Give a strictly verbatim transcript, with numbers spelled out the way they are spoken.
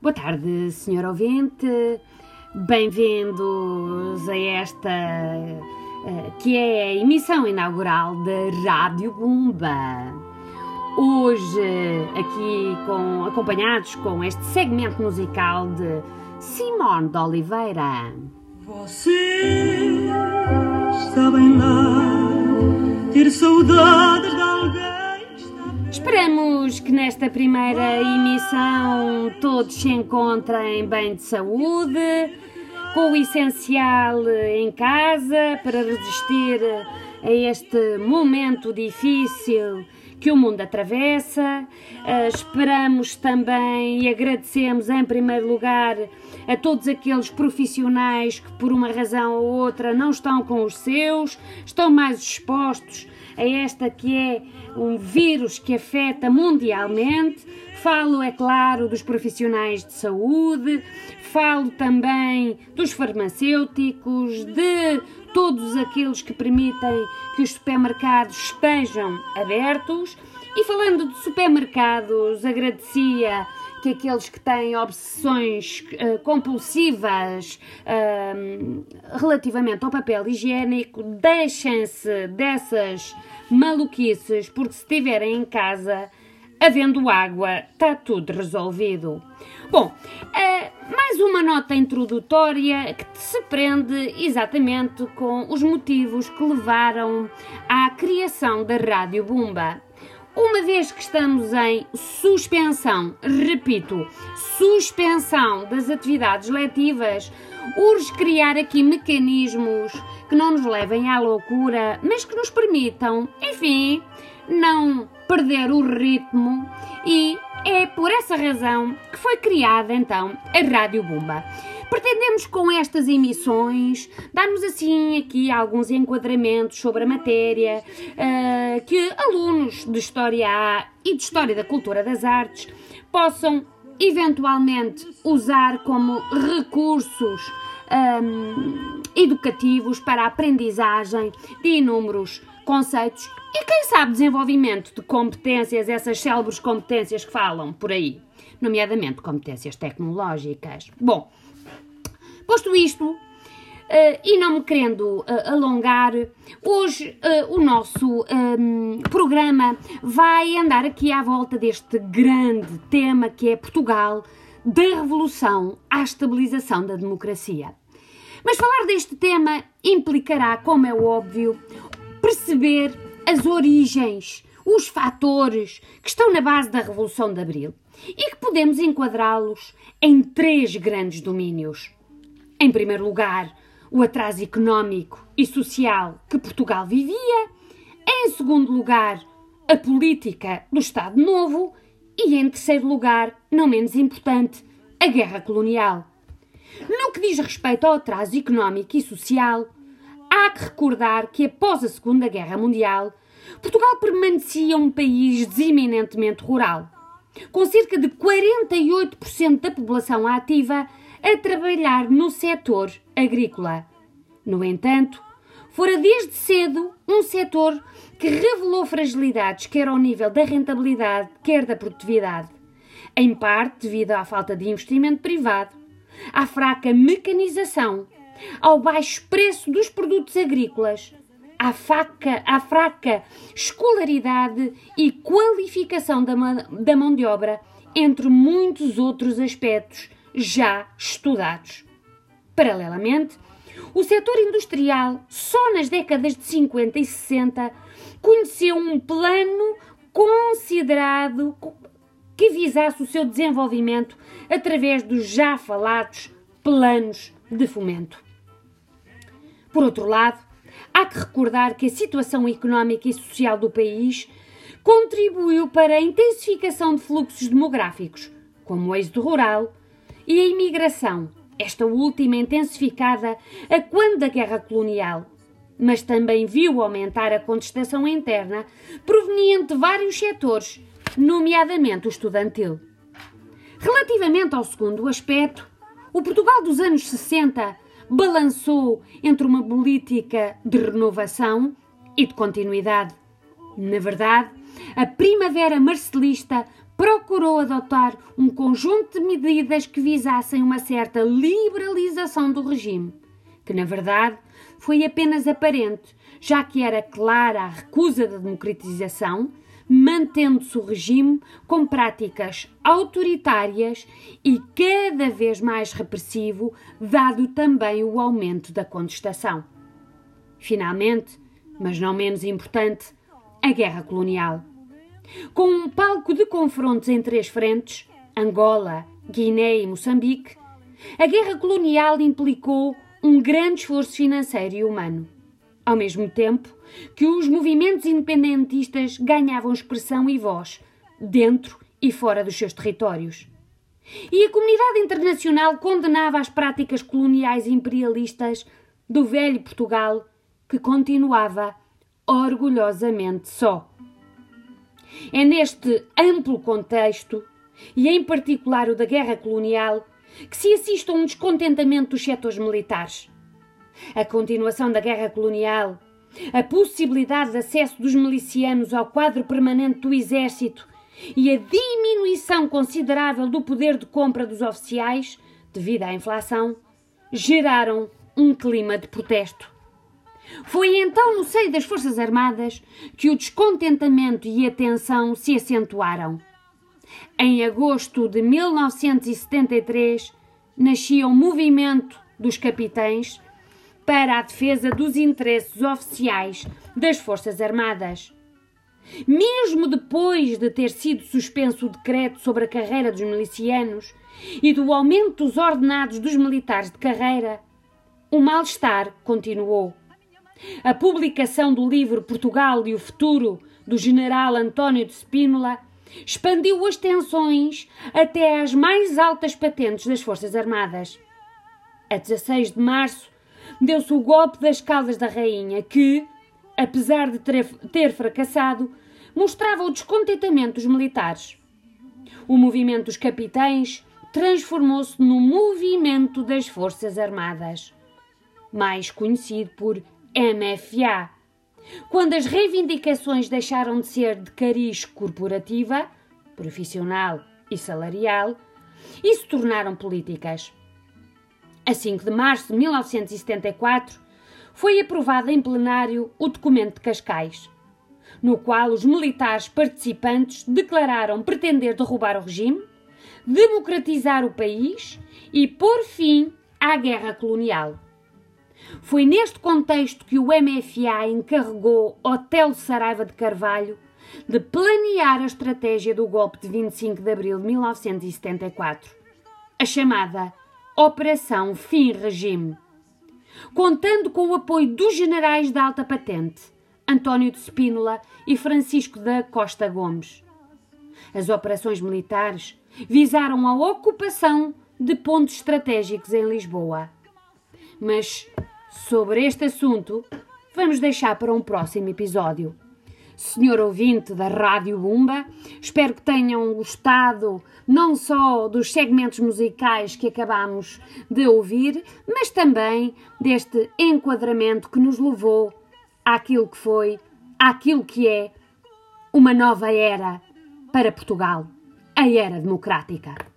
Boa tarde, senhor ouvinte. Bem-vindos a esta, uh, que é a emissão inaugural da Rádio Bumba. Hoje, aqui com, acompanhados com este segmento musical de Simone de Oliveira. Vocês sabem lá ter saudades de alguém. Esperamos que nesta primeira emissão todos se encontrem bem de saúde, com o essencial em casa para resistir a este momento difícil que o mundo atravessa. Uh, esperamos também e agradecemos em primeiro lugar a todos aqueles profissionais que por uma razão ou outra não estão com os seus, estão mais expostos a esta que é um vírus que afeta mundialmente. Falo, é claro, dos profissionais de saúde, falo também dos farmacêuticos, de todos aqueles que permitem que os supermercados estejam abertos. E falando de supermercados, agradecia que aqueles que têm obsessões uh, compulsivas uh, relativamente ao papel higiênico deixem-se dessas maluquices, porque se estiverem em casa, havendo água, está tudo resolvido. Bom, uh, mais uma nota introdutória que se prende exatamente com os motivos que levaram à criação da Rádio Bumba. Uma vez que estamos em suspensão, repito, suspensão das atividades letivas, urge criar aqui mecanismos que não nos levem à loucura, mas que nos permitam, enfim, não perder o ritmo, e é por essa razão que foi criada então a Rádio Bumba. Pretendemos com estas emissões dar-nos assim aqui alguns enquadramentos sobre a matéria uh, que alunos de História A e de História da Cultura das Artes possam eventualmente usar como recursos um, educativos para a aprendizagem de inúmeros conceitos e, quem sabe, desenvolvimento de competências, essas célebres competências que falam por aí, nomeadamente competências tecnológicas. Bom, posto isto, uh, e não me querendo uh, alongar, hoje uh, o nosso um, programa vai andar aqui à volta deste grande tema que é Portugal, da Revolução à estabilização da democracia. Mas falar deste tema implicará, como é óbvio, perceber as origens, os fatores que estão na base da Revolução de Abril e que podemos enquadrá-los em três grandes domínios. Em primeiro lugar, o atraso económico e social que Portugal vivia. Em segundo lugar, a política do Estado Novo. E em terceiro lugar, não menos importante, a guerra colonial. No que diz respeito ao atraso económico e social, há que recordar que após a Segunda Guerra Mundial, Portugal permanecia um país eminentemente rural, com cerca de quarenta e oito por cento da população ativa a trabalhar no setor agrícola. No entanto, fora desde cedo um setor que revelou fragilidades quer ao nível da rentabilidade, quer da produtividade, em parte devido à falta de investimento privado, à fraca mecanização, ao baixo preço dos produtos agrícolas, à, faca, à fraca escolaridade e qualificação da, da mão de obra, entre muitos outros aspectos já estudados. Paralelamente, o setor industrial, só nas décadas de cinquenta e sessenta, conheceu um plano considerado que visasse o seu desenvolvimento através dos já falados planos de fomento. Por outro lado, há que recordar que a situação económica e social do país contribuiu para a intensificação de fluxos demográficos, como o êxodo rural e a imigração, esta última intensificada a quando da guerra colonial, mas também viu aumentar a contestação interna proveniente de vários setores, nomeadamente o estudantil. Relativamente ao segundo aspecto, o Portugal dos anos sessenta balançou entre uma política de renovação e de continuidade. Na verdade, a primavera marcelista procurou adotar um conjunto de medidas que visassem uma certa liberalização do regime, que na verdade foi apenas aparente, já que era clara a recusa da democratização, mantendo-se o regime com práticas autoritárias e cada vez mais repressivo, dado também o aumento da contestação. Finalmente, mas não menos importante, a guerra colonial. Com um palco de confrontos em três frentes, Angola, Guiné e Moçambique, a guerra colonial implicou um grande esforço financeiro e humano, ao mesmo tempo que os movimentos independentistas ganhavam expressão e voz, dentro e fora dos seus territórios. E a comunidade internacional condenava as práticas coloniais imperialistas do velho Portugal, que continuava orgulhosamente só. É neste amplo contexto, e em particular o da guerra colonial, que se assiste a um descontentamento dos setores militares. A continuação da guerra colonial, a possibilidade de acesso dos milicianos ao quadro permanente do exército e a diminuição considerável do poder de compra dos oficiais, devido à inflação, geraram um clima de protesto. Foi então no seio das Forças Armadas que o descontentamento e a tensão se acentuaram. Em agosto de mil novecentos e setenta e três, nascia o Movimento dos Capitães para a defesa dos interesses oficiais das Forças Armadas. Mesmo depois de ter sido suspenso o decreto sobre a carreira dos milicianos e do aumento dos ordenados dos militares de carreira, o mal-estar continuou. A publicação do livro Portugal e o Futuro, do general António de Spínola, expandiu as tensões até às mais altas patentes das Forças Armadas. A dezasseis de março, deu-se o golpe das Caldas da Rainha que, apesar de ter fracassado, mostrava o descontentamento dos militares. O movimento dos capitães transformou-se no movimento das Forças Armadas, mais conhecido por M F A, quando as reivindicações deixaram de ser de cariz corporativa, profissional e salarial, e se tornaram políticas. A cinco de março de mil novecentos e setenta e quatro, foi aprovado em plenário o documento de Cascais, no qual os militares participantes declararam pretender derrubar o regime, democratizar o país e pôr fim à guerra colonial. Foi neste contexto que o M F A encarregou Otelo Saraiva de Carvalho de planear a estratégia do golpe de vinte e cinco de abril de mil novecentos e setenta e quatro, a chamada Operação Fim Regime, contando com o apoio dos generais de alta patente, António de Spínola e Francisco da Costa Gomes. As operações militares visaram a ocupação de pontos estratégicos em Lisboa. Mas sobre este assunto vamos deixar para um próximo episódio. Senhor ouvinte da Rádio Bumba, espero que tenham gostado não só dos segmentos musicais que acabamos de ouvir, mas também deste enquadramento que nos levou àquilo que foi, àquilo que é uma nova era para Portugal, a era democrática.